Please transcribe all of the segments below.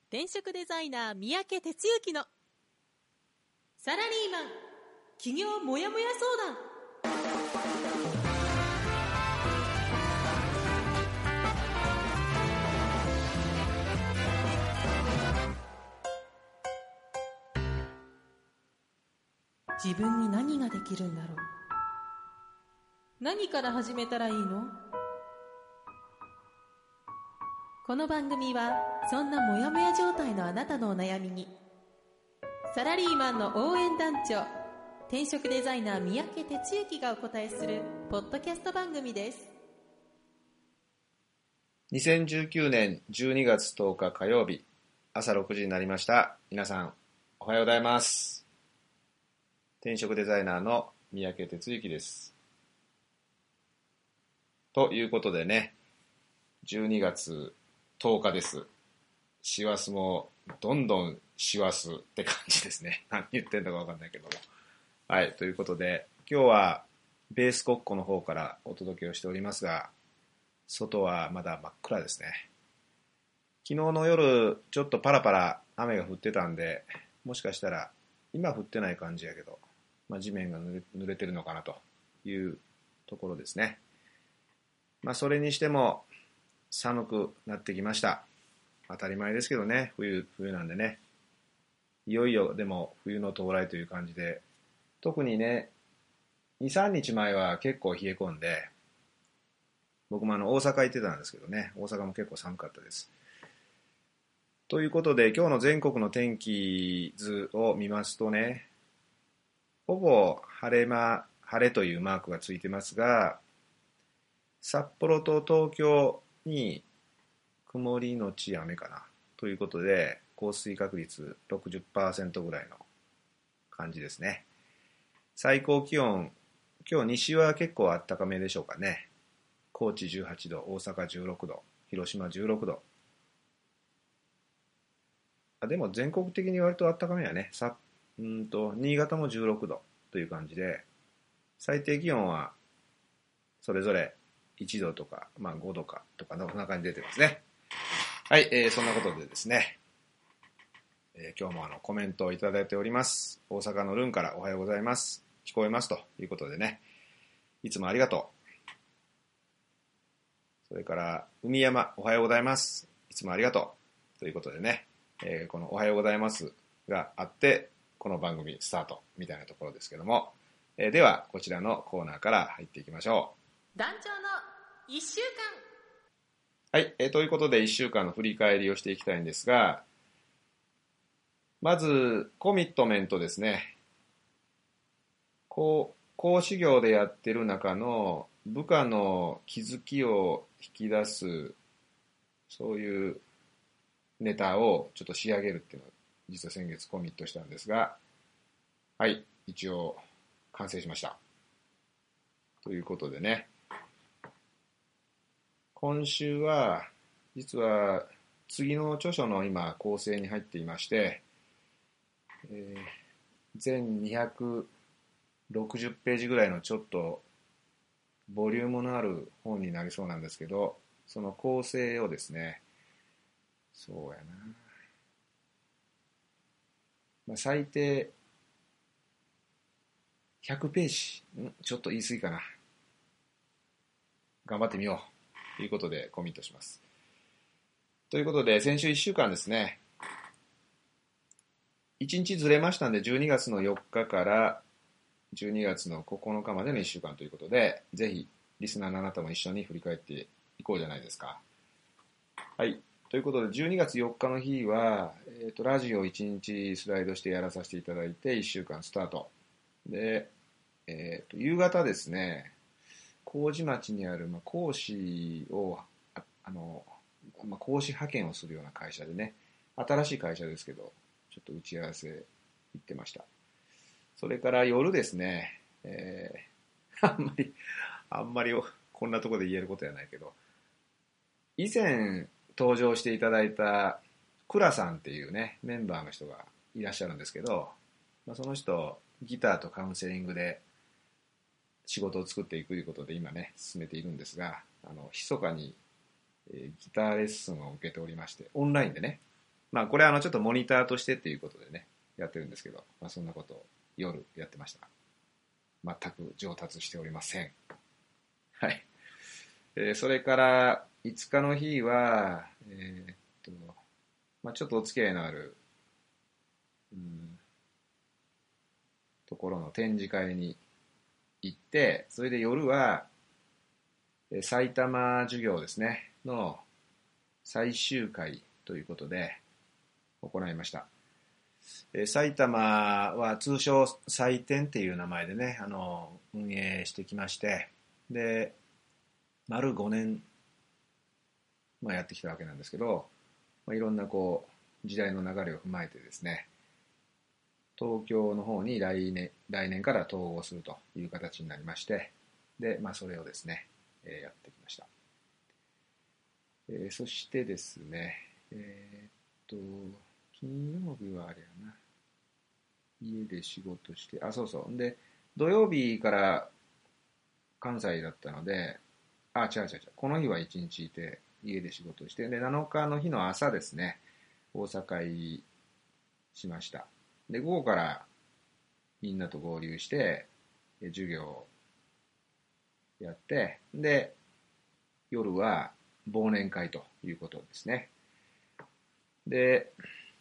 転職デザイナー三宅哲之のサラリーマン起業もやもや相談。自分に何ができるんだろう。何から始めたらいいの？この番組はそんなモヤモヤ状態のあなたのお悩みにサラリーマンの応援団長、転職デザイナー三宅哲之がお答えするポッドキャスト番組です。 2019年12月10日火曜日朝6時になりました。皆さんおはようございます。転職デザイナーの三宅哲之です。ということでね、12月10日です。師走もどんどん師走って感じですね。何言ってんだか分かんないけども。はい、ということで今日はベース国庫の方からお届けをしておりますが、外はまだ真っ暗ですね。昨日の夜ちょっとパラパラ雨が降ってたんで、もしかしたら今降ってない感じやけど、地面が濡れてるのかなというところですね。それにしても寒くなってきました。当たり前ですけどね、冬なんでね。いよいよでも冬の到来という感じで、特にね、2、3日前は結構冷え込んで、僕も大阪行ってたんですけどね、大阪も結構寒かったです。ということで、今日の全国の天気図を見ますとね、ほぼ晴れというマークがついてますが、札幌と東京に曇りのち雨かなということで、降水確率 60% ぐらいの感じですね。最高気温、今日西は結構暖かめでしょうかね。高知18度、大阪16度、広島16度。でも全国的に割と暖かめやね。新潟も16度という感じで、最低気温はそれぞれ1度とか、5度かとかそんな感じで出てますね。はい、そんなことでですね、今日もコメントをいただいております。大阪のルンからおはようございます。聞こえますということでね、いつもありがとう。それから海山おはようございます。いつもありがとうということでね、このおはようございますがあってこの番組スタートみたいなところですけども、ではこちらのコーナーから入っていきましょう。団長の1週間。はい、ということで1週間の振り返りをしていきたいんですが、まずコミットメントですね。講師業でやってる中の部下の気づきを引き出す、そういうネタをちょっと仕上げるっていうのを実は先月コミットしたんですが、はい、一応完成しましたということでね、今週は実は次の著書の今構成に入っていまして、全260ページぐらいのちょっとボリュームのある本になりそうなんですけど、その構成をですね、そうやな、最低100ページ、ちょっと言い過ぎかな。頑張ってみようということでコミットします。ということで先週1週間ですね、1日ずれましたんで12月の4日から12月の9日までの1週間ということで、ぜひリスナーのあなたも一緒に振り返っていこうじゃないですか。はい、ということで12月4日の日は、ラジオを1日スライドしてやらさせていただいて1週間スタートで、夕方ですね、麹町にある講師を講師派遣をするような会社でね、新しい会社ですけどちょっと打ち合わせ行ってました。それから夜ですね、あんまりこんなところで言えることじゃないけど、以前登場していただいたクラさんっていうねメンバーの人がいらっしゃるんですけど、その人ギターとカウンセリングで仕事を作っていくということで今ね進めているんですが、密かにギターレッスンを受けておりまして、オンラインでね、 まあこれちょっとモニターとしてっていうことでねやってるんですけど、まあ、そんなことを夜やってました。全く上達しておりません。はい。それから5日の日はまあ、ちょっとお付き合いのある、ところの展示会に行って、それで夜は埼玉授業ですねの最終回ということで行いました。埼玉は通称祭典っていう名前でね運営してきまして、で丸5年、まあ、やってきたわけなんですけど、まあ、いろんなこう時代の流れを踏まえてですね、東京の方に来年から統合するという形になりまして、で、まあ、それをですね、やってきました。そしてですね、金曜日はあれやな、家で仕事して、そうそう。で、土曜日から関西だったので、違う。この日は1日いて、家で仕事して、で、7日の日の朝ですね、大阪入りしました。で、午後からみんなと合流して、授業をやって、で、夜は忘年会ということですね。で、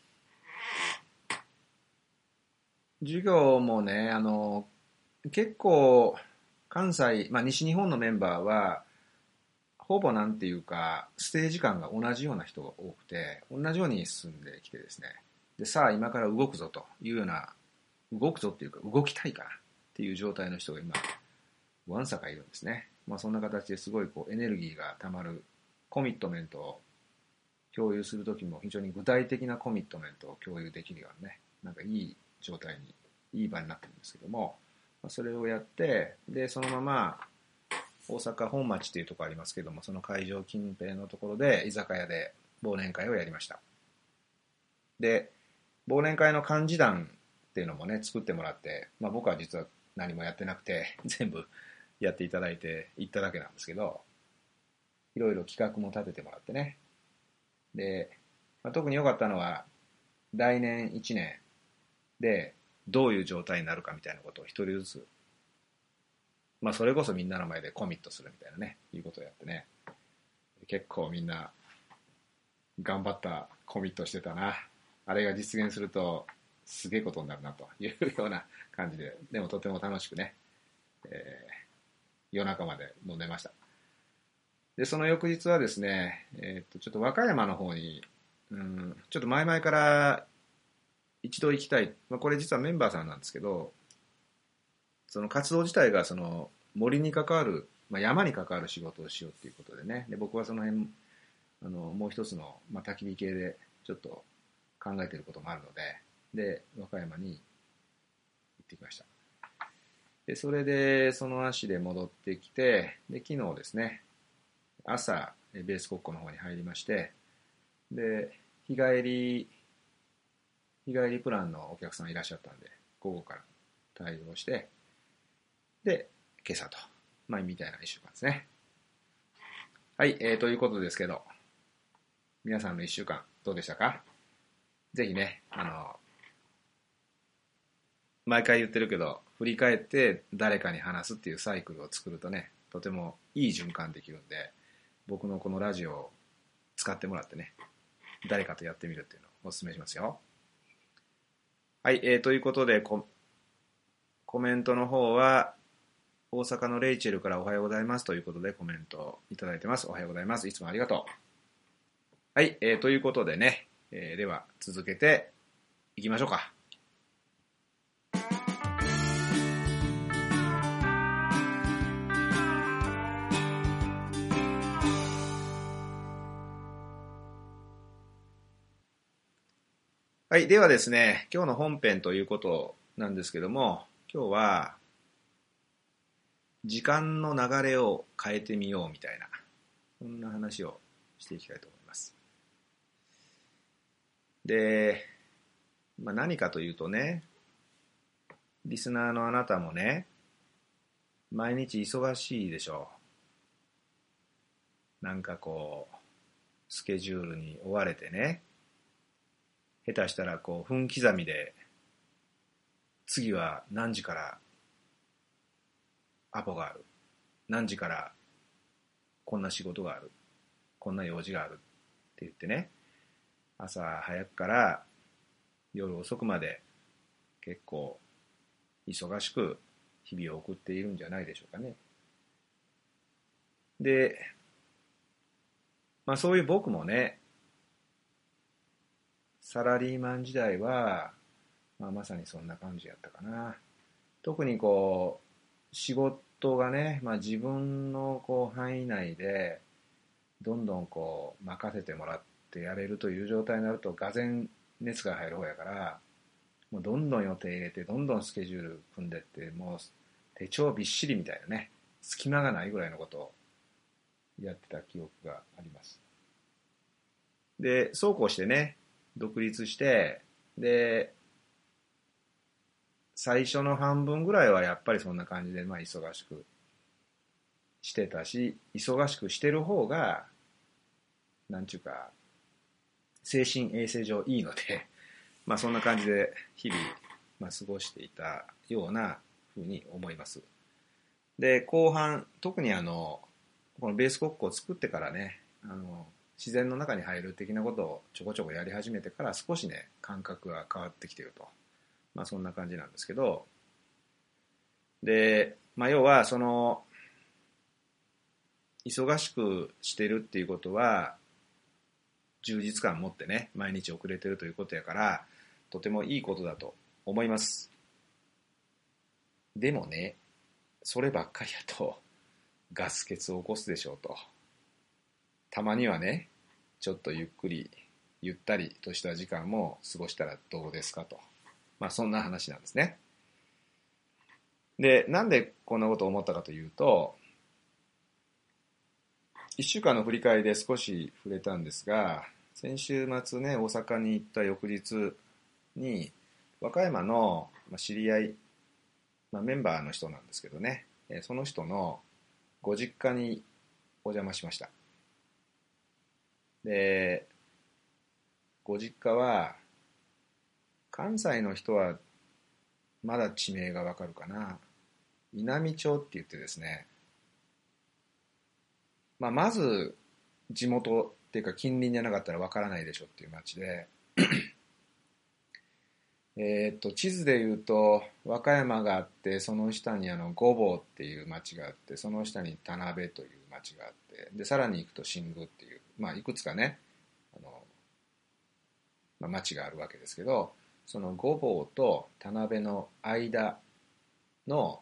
授業もね、結構、関西、まあ、西日本のメンバーは、ほぼなんていうか、ステージ感が同じような人が多くて、同じように進んできてですね、で、さあ今から動くぞというような、動くぞっていうか、動きたいかなっていう状態の人が今、わんさかいるんですね。まあそんな形ですごいこうエネルギーがたまるコミットメントを共有するときも非常に具体的なコミットメントを共有できるようなね、なんかいい状態に、いい場になってるんですけども、それをやって、で、そのまま大阪本町っていうところありますけども、その会場近辺のところで居酒屋で忘年会をやりました。で、忘年会の幹事団っていうのもね、作ってもらって、まあ僕は実は何もやってなくて、全部やっていただいて行っただけなんですけど、いろいろ企画も立ててもらってね。で、まあ、特に良かったのは、来年1年でどういう状態になるかみたいなことを一人ずつ、まあそれこそみんなの前でコミットするみたいなね、いうことをやってね、結構みんな頑張ったコミットしてたな。あれが実現するとすげえことになるなというような感じで、でもとても楽しくね、夜中まで飲んでました。で、その翌日はですね、ちょっと和歌山の方に、ちょっと前々から一度行きたい、まあ、これ実はメンバーさんなんですけど、その活動自体がその森に関わる、まあ、山に関わる仕事をしようっていうことでね、で僕はその辺もう一つの、まあ、焚き火系でちょっと考えていることもあるので、和歌山に行ってきました。でそれでその足で戻ってきて、で昨日ですね、朝ベース国庫の方に入りまして、で日帰りプランのお客さんいらっしゃったんで、午後から対応して、で今朝と、まあみたいな1週間ですね。はい、ということですけど、皆さんの1週間どうでしたか？ぜひね、毎回言ってるけど、振り返って誰かに話すっていうサイクルを作るとね、とてもいい循環できるんで、僕のこのラジオを使ってもらってね、誰かとやってみるっていうのをお勧めしますよ。はい、ということでコメントの方は、大阪のレイチェルからおはようございますということでコメントをいただいてます。おはようございます。いつもありがとう。はい、ということでね、では続けていきましょうか。はい、ではですね、今日の本編ということなんですけども、今日は時間の流れを変えてみようみたいな、そんな話をしていきたいと思います。で、まあ、何かというとね、リスナーのあなたもね、毎日忙しいでしょう。なんかこう、スケジュールに追われてね、 下手したらこう分刻みで次は何時からアポがある、何時からこんな仕事がある、こんな用事があるって言ってね、朝早くから夜遅くまで結構忙しく日々を送っているんじゃないでしょうかね。で、そういう僕もね、サラリーマン時代は、まさにそんな感じやったかな。特にこう仕事がね、自分のこう範囲内でどんどんこう任せてもらってやれるという状態になると、がぜん熱が入る方やから、もうどんどん予定入れて、どんどんスケジュール組んでって、もう手帳びっしりみたいなね、隙間がないぐらいのことをやってた記憶があります。で、そうこうしてね、独立して、で、最初の半分ぐらいはやっぱりそんな感じで、忙しくしてたし、忙しくしてる方が、なんちゅうか、精神衛生上いいので、そんな感じで日々、過ごしていたようなふうに思います。で、後半、特にこのベース国庫を作ってからね、自然の中に入る的なことをちょこちょこやり始めてから少しね、感覚が変わってきていると。そんな感じなんですけど、で、要はその、忙しくしてるっていうことは、充実感を持ってね、毎日遅れてるということやから、とてもいいことだと思います。でもね、そればっかりやと、ガス欠を起こすでしょうと。たまにはね、ちょっとゆっくり、ゆったりとした時間も過ごしたらどうですかと。そんな話なんですね。で、なんでこんなことを思ったかというと、1週間の振り返りで少し触れたんですが、先週末ね、大阪に行った翌日に、和歌山の知り合い、メンバーの人なんですけどね、その人のご実家にお邪魔しました。で、ご実家は、関西の人はまだ地名がわかるかな。稲美町って言ってですね、まず地元っていうか近隣じゃなかったらわからないでしょっていう町で、地図で言うと和歌山があって、その下に御坊っていう町があって、その下に田辺という町があって、でさらに行くと新宮っていう、いくつかね、町があるわけですけど、その御坊と田辺の間の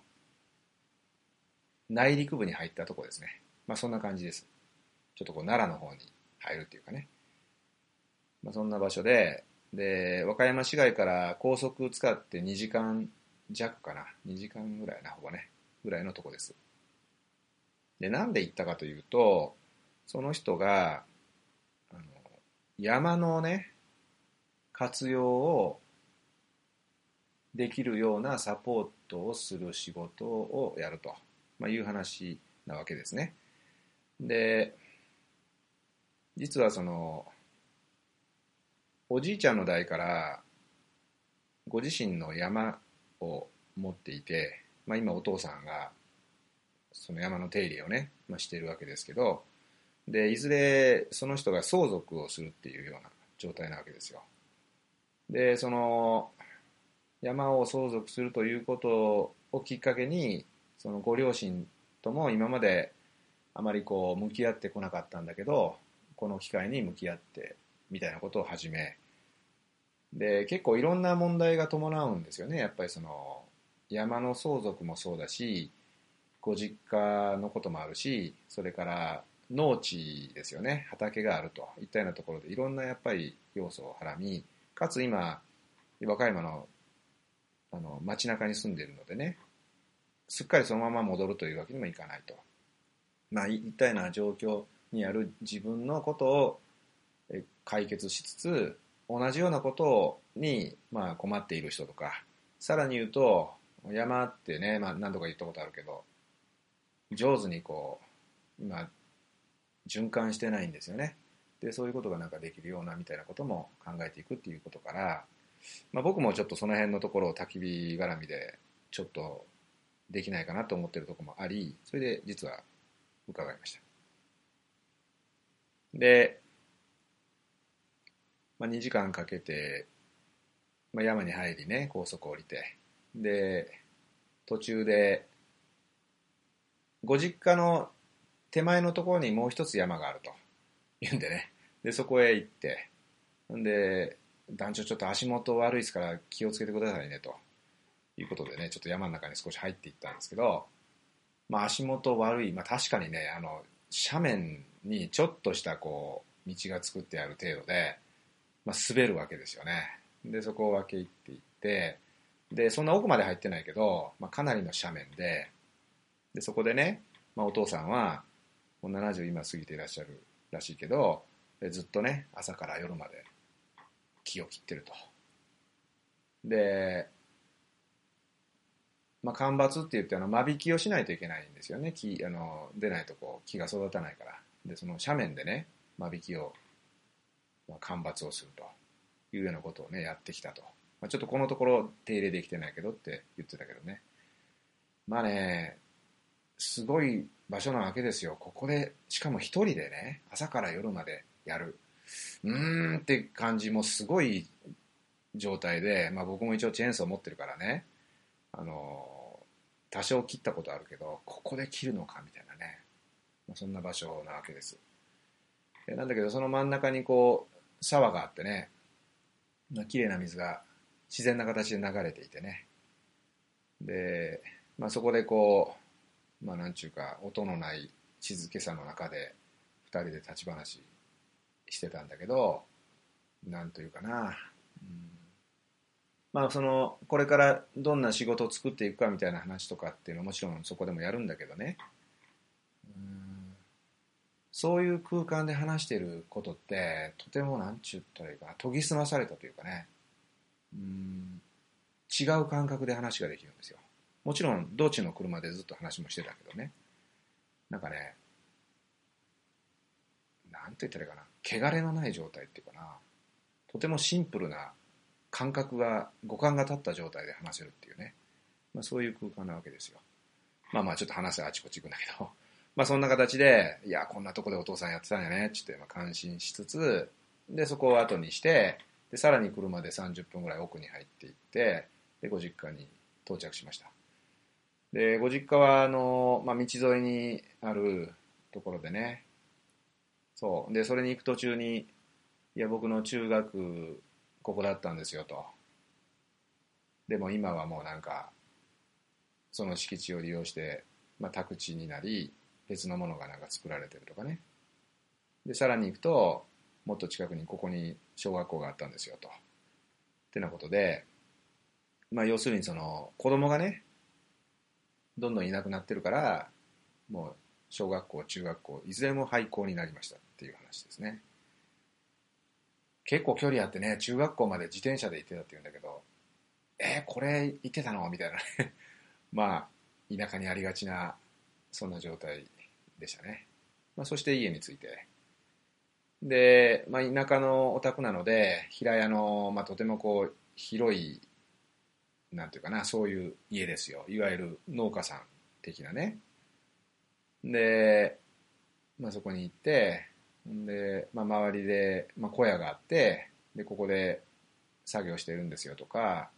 内陸部に入ったところですね。そんな感じです。ちょっとこう奈良の方に入るっていうかね。そんな場所で、和歌山市街から高速使って2時間弱かな。2時間ぐらいな、ほぼね。ぐらいのとこです。で、なんで行ったかというと、その人が、山のね、活用をできるようなサポートをする仕事をやると、いう話なわけですね。で、実はその、おじいちゃんの代からご自身の山を持っていて、今お父さんがその山の手入れをね、しているわけですけど、で、いずれその人が相続をするっていうような状態なわけですよ。で、その山を相続するということをきっかけに、そのご両親とも今まであまりこう向き合ってこなかったんだけど、この機会に向き合ってみたいなことを始め、で結構いろんな問題が伴うんですよね。やっぱりその山の相続もそうだし、ご実家のこともあるし、それから農地ですよね。畑があるといったようなところでいろんなやっぱり要素をはらみ、かつ今和歌山の街中に住んでいるのでね、すっかりそのまま戻るというわけにもいかないと。いったような状況にある自分のことを解決しつつ、同じようなことに困っている人とか、さらに言うと山ってね、何度か言ったことあるけど、上手にこう今循環してないんですよね。 でそういうことがなんかできるようなみたいなことも考えていくっていうことから、僕もちょっとその辺のところを焚き火絡みでちょっとできないかなと思ってるところもあり、それで実は伺いました。で、2時間かけて、山に入りね、高速降りて、で途中でご実家の手前のところにもう一つ山があると言うんでね、でそこへ行って、で団長ちょっと足元悪いですから気をつけてくださいねということでね、ちょっと山の中に少し入っていったんですけど、足元悪い、確かにね、斜面にちょっとしたこう道が作ってある程度で、滑るわけですよね。でそこを分け入っていって、でそんな奥まで入ってないけど、かなりの斜面で、そこでね、お父さんはもう70今過ぎていらっしゃるらしいけど、ずっとね朝から夜まで木を切ってると。で間伐って言って間引きをしないといけないんですよね。出ないとこう木が育たないから。でその斜面でね間引きを、間伐をするというようなことをねやってきたと。ちょっとこのところ手入れできてないけどって言ってたけどね。すごい場所なわけですよ。ここでしかも一人でね朝から夜までやるって感じもすごい状態で、僕も一応チェーンソー持ってるからね、多少切ったことあるけどここで切るのかみたいなね、そんな場所なわけです。なんだけどその真ん中にこう沢があってね、綺麗な水が自然な形で流れていてね、で、そこでこうなんちゅうか音のない静けさの中で2人で立ち話してたんだけど、なんというかな、そのこれからどんな仕事を作っていくかみたいな話とかっていうのはもちろんそこでもやるんだけどね、そういう空間で話していることってとてもなんちゅったらいいかな、研ぎ澄まされたというかね、違う感覚で話ができるんですよ。もちろん道中の車でずっと話もしてたけどね、なんかね、なんて言ったらいいかな、汚れのない状態っていうかな、とてもシンプルな感覚が五感が立った状態で話せるっていうね、そういう空間なわけですよ。ちょっと話はあちこち行くんだけど、そんな形で、いやこんなとこでお父さんやってたんやねって感心しつつ、でそこを後にして、でさらに車で30分ぐらい奥に入っていって、でご実家に到着しました。でご実家は道沿いにあるところでね、そうでそれに行く途中に、いや僕の中学ここだったんですよと。でも今はもうなんかその敷地を利用して、宅地になり別のものがなんか作られてるとかね。でさらに行くともっと近くにここに小学校があったんですよと。ってなことで、要するにその子供がねどんどんいなくなってるから、もう小学校中学校いずれも廃校になりましたっていう話ですね。結構距離あってね、中学校まで自転車で行ってたって言うんだけど、これ行ってたのみたいなね田舎にありがちなそんな状態でしたね。そして家に着いて、で、田舎のお宅なので平屋の、とてもこう広いなんていうかな、そういう家ですよ。いわゆる農家さん的なね。で、そこに行って、で、周りで、小屋があって、でここで作業してるんですよとか、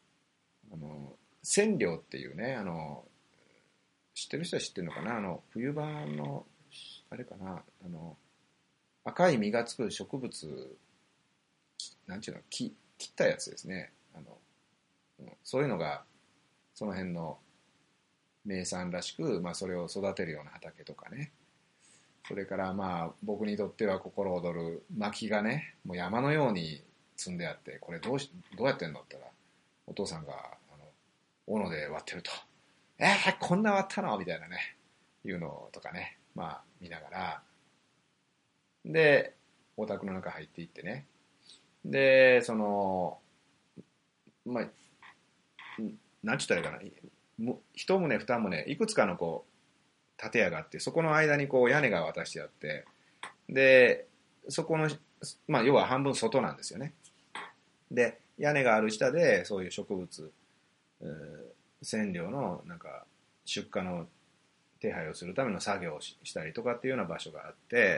千両っていうね、知ってる人は知ってるのかな、冬場のあれかな、赤い実がつく植物、なんていうの、切ったやつですね。そういうのがその辺の名産らしく、それを育てるような畑とかね、それから僕にとっては心躍る薪がね、もう山のように積んであって、これどうやってんのって言ったら、お父さんが斧で割ってると、こんな割ったのみたいなね、いうのとかね、見ながら、でお宅の中入っていってね、でそのなんちゅったらいいかな、一棟二棟いくつかのこう建屋があって、そこの間にこう屋根が渡してあって、でそこの、まあ、要は半分外なんですよね。で、屋根がある下でそういう植物、染料のなんか出荷の手配をするための作業をしたりとかっていうような場所があって、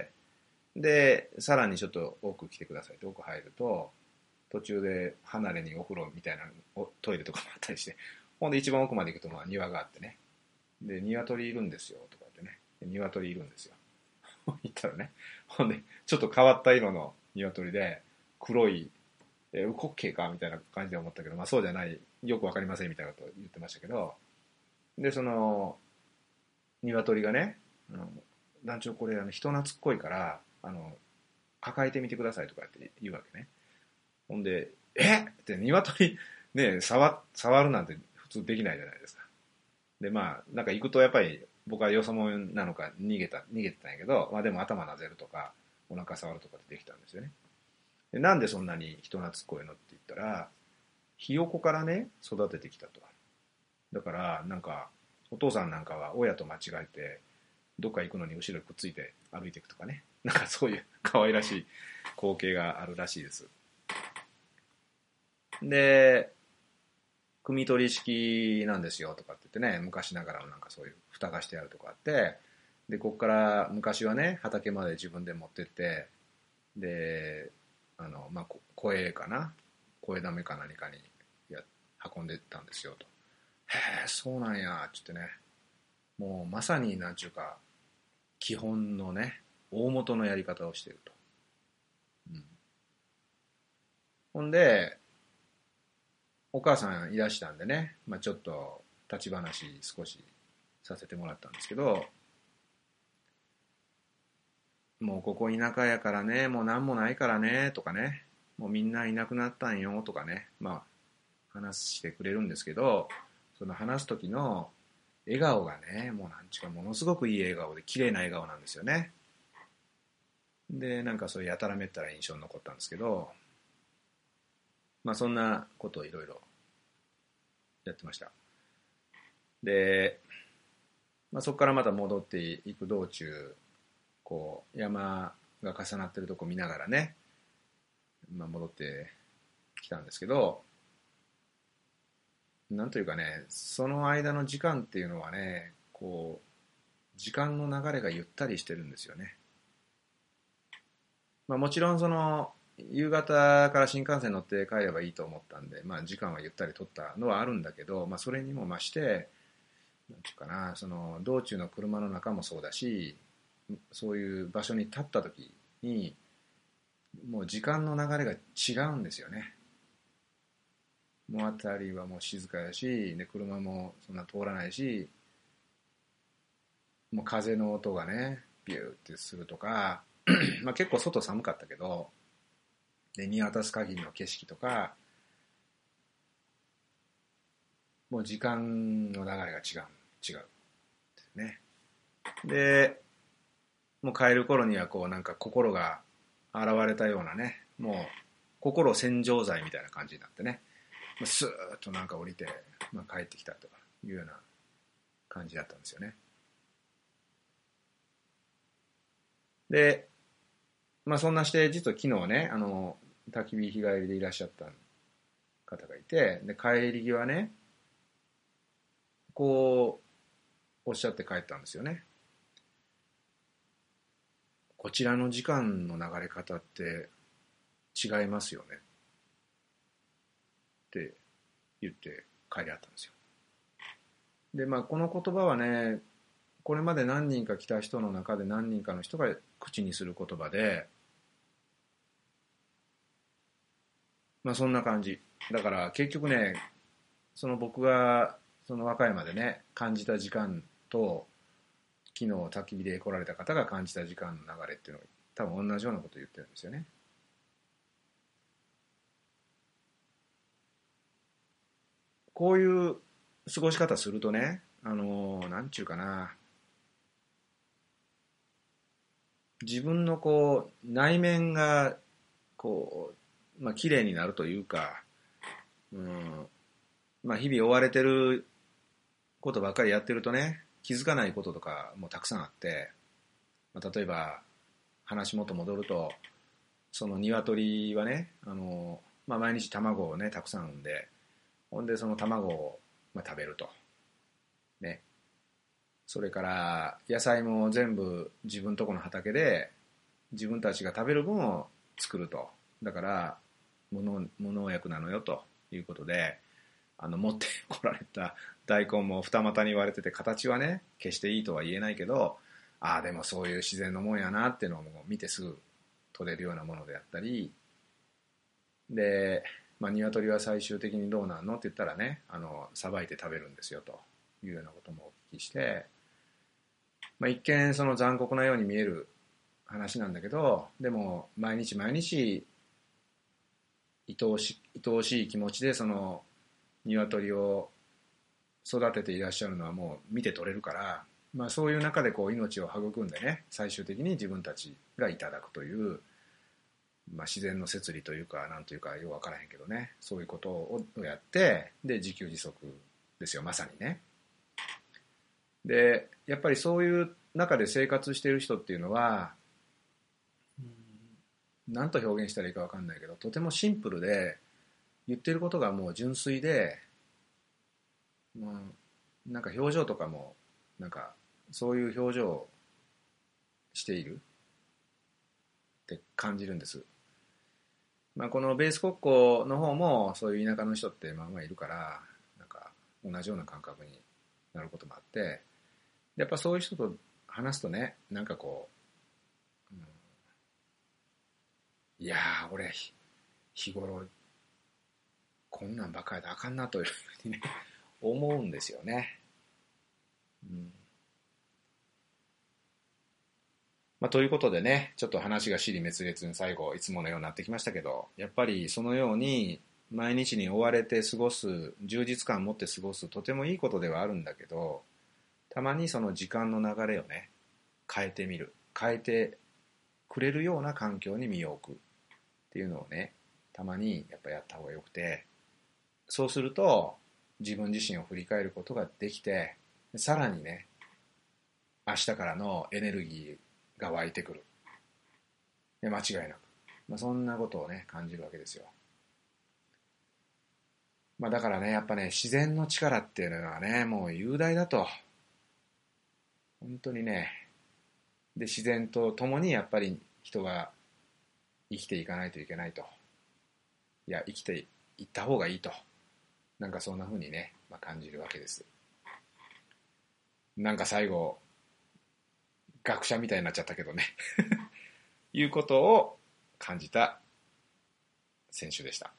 でさらにちょっと奥来てくださいって奥入ると、途中で離れにお風呂みたいなトイレとかもあったりして、ほんで一番奥まで行くとまあ庭があってね、で鶏いるんですよとか言ってね、鶏いるんですよ行ったらね、ほんでちょっと変わった色の鶏で黒いウコッケイかみたいな感じで思ったけど、まあそうじゃない、よくわかりませんみたいなことを言ってましたけど、でその鶏がね、団長これ人懐っこいから抱えてみてくださいとかって言うわけね。ほんでって鶏ね触るなんて普通できないじゃないですか。でまあなんか行くとやっぱり僕はよそ者なのか逃げてたんやけど、まあでも頭なぜるとかお腹触るとかってできたんですよね。でなんでそんなに人懐っこいのって言ったら、ひよこからね育ててきたと。だからなんかお父さんなんかは親と間違えてどっか行くのに後ろにくっついて歩いていくとかね、なんかそういう可愛らしい光景があるらしいです。で汲み取り式なんですよとかって言ってね、昔ながらのなんかそういう蓋がしてあるとかあって、でこっから昔はね畑まで自分で持ってって、でまあ小かな、小枝目か何かに運んでったんですよと。へえそうなんやっつってね、もうまさになんちゅうか基本のね大元のやり方をしていると、うん、ほんでお母さんいらしたんでね、まあ、ちょっと立ち話少しさせてもらったんですけど、もうここ田舎やからね、もう何もないからねとかね、もうみんないなくなったんよとかね、まあ話してくれるんですけど、その話す時の笑顔がね、もうなんちゅうかものすごくいい笑顔で綺麗な笑顔なんですよね。でなんかそういうやたらめったら印象に残ったんですけど、まあそんなことをいろいろやってました。で、まあ、そこからまた戻っていく道中、こう山が重なってるとこ見ながらね、まあ、戻ってきたんですけど、なんというかね、その間の時間っていうのはね、こう時間の流れがゆったりしてるんですよね。まあ、もちろんその夕方から新幹線乗って帰ればいいと思ったんで、まあ、時間はゆったり取ったのはあるんだけど、まあ、それにも増してなんていうかな、その道中の車の中もそうだし、そういう場所に立った時にもう時間の流れが違うんですよね。もう辺りはもう静かやし、で車もそんな通らないし、もう風の音がねビューってするとかまあ結構外寒かったけど、で見渡す限りの景色とか、もう時間の流れが違うね。でもう帰る頃にはこうなんか心が現れたようなね、もう心洗浄剤みたいな感じになってね、スーッとなんか降りて、まあ、帰ってきたとかいうような感じだったんですよね。で、まあそんなして実は昨日ね、焚き火日帰りでいらっしゃった方がいて、で帰り際ね、こうおっしゃって帰ったんですよね。こちらの時間の流れ方って違いますよねって言って帰りあったんですよ。でまあこの言葉はね、これまで何人か来た人の中で何人かの人が口にする言葉で、まあそんな感じだから結局ね、その僕がその和歌山でね感じた時間と昨日焚き火で来られた方が感じた時間の流れっていうのが多分同じようなことを言ってるんですよね。こういう過ごし方するとね、なんちゅうかな、自分のこう内面がこう、まあ綺麗になるというか、まあ日々追われてることばっかりやってるとね、気づかないこととかもたくさんあって、まあ、例えば話元戻ると、 その鶏はね、毎日卵をねたくさん産んで、ほんでその卵を、食べるとね。それから野菜も全部自分とこの畑で自分たちが食べる分を作ると。だから無農薬なのよということで、持ってこられた大根も二股に割れてて、形はね決していいとは言えないけど、でもそういう自然のもんやなっていうのを見てすぐ取れるようなものであったりで、鶏は最終的にどうなんのって言ったらね、さばいて食べるんですよというようなこともお聞きして、一見その残酷なように見える話なんだけど、でも毎日毎日愛おしい気持ちでその鶏を育てていらっしゃるのはもう見て取れるから、そういう中でこう命を育んでね、最終的に自分たちがいただくという、自然の摂理というかなんというかよく分からへんけどね、そういうことをやって、で自給自足ですよ、まさにね。でやっぱりそういう中で生活している人っていうのは、何と表現したらいいか分かんないけど、とてもシンプルで、言ってることがもう純粋で、なんか表情とかもなんかそういう表情をしているって感じるんです。このベース国交の方もそういう田舎の人っているから、なんか同じような感覚になることもあって、やっぱそういう人と話すとね、なんかこう、いやー俺日頃こんなんばっかりであかんなというふうにね思うんですよね。ということでね、ちょっと話が支離滅裂に最後いつものようになってきましたけど、やっぱりそのように毎日に追われて過ごす、充実感を持って過ごす、とてもいいことではあるんだけど、たまにその時間の流れをね変えてみる、変えてくれるような環境に身を置くっていうのをね、たまにやっぱやった方がよくて、そうすると自分自身を振り返ることができて、さらにね明日からのエネルギーが湧いてくる、間違いなく、そんなことをね感じるわけですよ。だからね、やっぱね、自然の力っていうのはねもう雄大だと、本当にね。で自然と共にやっぱり人が生きていかないといけないと、いや生きていった方がいいと、なんかそんな風にね、感じるわけです。なんか最後学者みたいになっちゃったけどねいうことを感じた選手でした。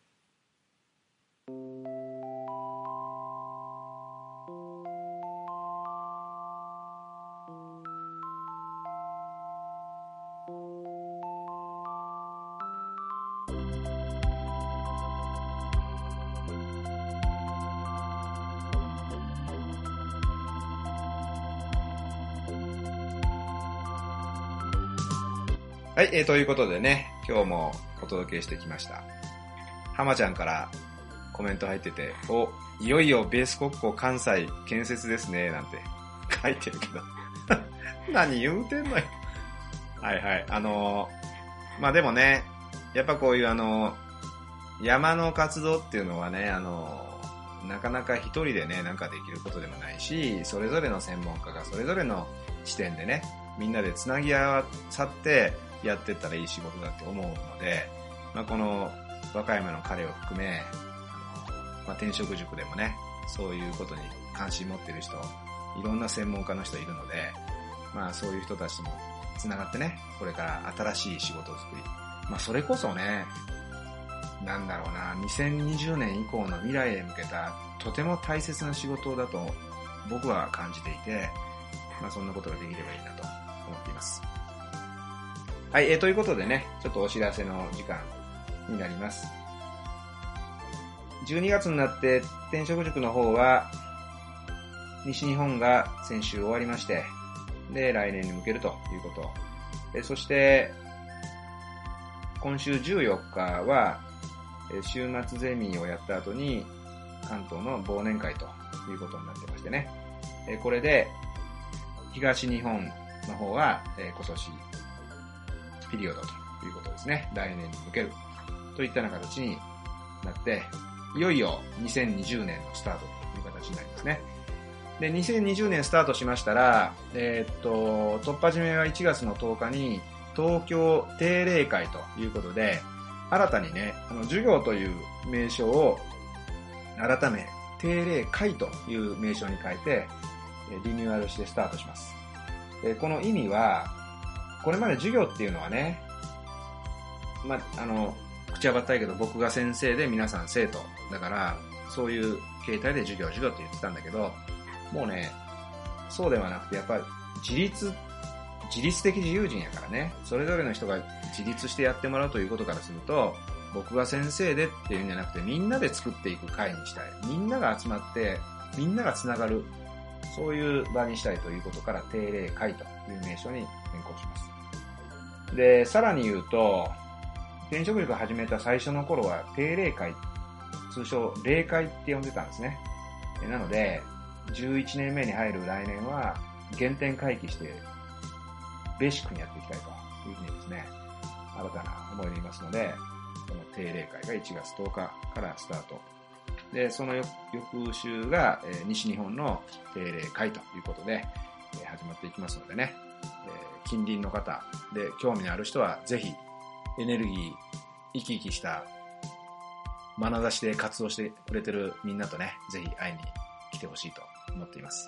はい、ということでね、今日もお届けしてきました。浜ちゃんからコメント入ってて、いよいよベース国交関西建設ですね、なんて書いてるけど。何言うてんのよ。はいはい。でもね、やっぱこういう山の活動っていうのはね、なかなか一人でね、なんかできることでもないし、それぞれの専門家がそれぞれの視点でね、みんなでつなぎ合わさってやっていったらいい仕事だって思うので、この和歌山の彼を含め、転職塾でもね、そういうことに関心持ってる人、いろんな専門家の人いるので、そういう人たちともつながってね、これから新しい仕事を作り、それこそね、なんだろうな、2020年以降の未来へ向けたとても大切な仕事だと僕は感じていて、そんなことができればいいなと思っています。はい、ということでね、ちょっとお知らせの時間になります。12月になって転職塾の方は西日本が先週終わりまして、で来年に向けるということ、そして今週14日は週末ゼミをやった後に関東の忘年会ということになってましてね、これで東日本の方は今年ピリオドということですね。来年に向けるといったような形になって、いよいよ2020年のスタートという形になりますね。で、2020年スタートしましたら、突破締めは1月の10日に東京定例会ということで、新たにね、授業という名称を改め、定例会という名称に変えて、リニューアルしてスタートします。この意味は、これまで授業っていうのはね、口はばったいけど僕が先生で皆さん生徒だから、そういう形態で授業って言ってたんだけど、もうね、そうではなくて、やっぱり自律的自由人やからね、それぞれの人が自立してやってもらうということからすると、僕が先生でっていうんじゃなくて、みんなで作っていく会にしたい。みんなが集まって、みんながつながる、そういう場にしたいということから、定例会という名称に変更します。で、さらに言うと、転職塾を始めた最初の頃は、定例会、通称例会って呼んでたんですね。なので、11年目に入る来年は、原点回帰して、ベーシックにやっていきたいというふうにですね、新たな思いでいますので、この定例会が1月10日からスタート。で、その翌週が西日本の定例会ということで始まっていきますのでね、近隣の方で興味のある人はぜひエネルギー、生き生きした眼差しで活動してくれてるみんなとね、ぜひ会いに来てほしいと思っています。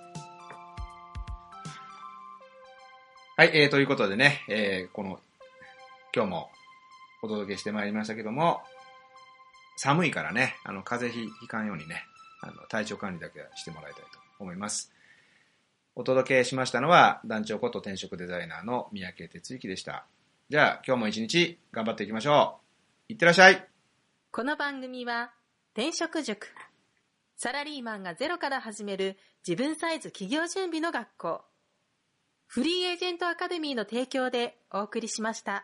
はい、ということでね、今日もお届けしてまいりましたけども、寒いからね、風邪ひかんようにね、体調管理だけはしてもらいたいと思います。お届けしましたのは、団長こと転職デザイナーの三宅哲之でした。じゃあ、今日も一日頑張っていきましょう。いってらっしゃい。 この番組は、転職塾。サラリーマンがゼロから始める自分サイズ企業準備の学校。フリーエージェントアカデミーの提供でお送りしました。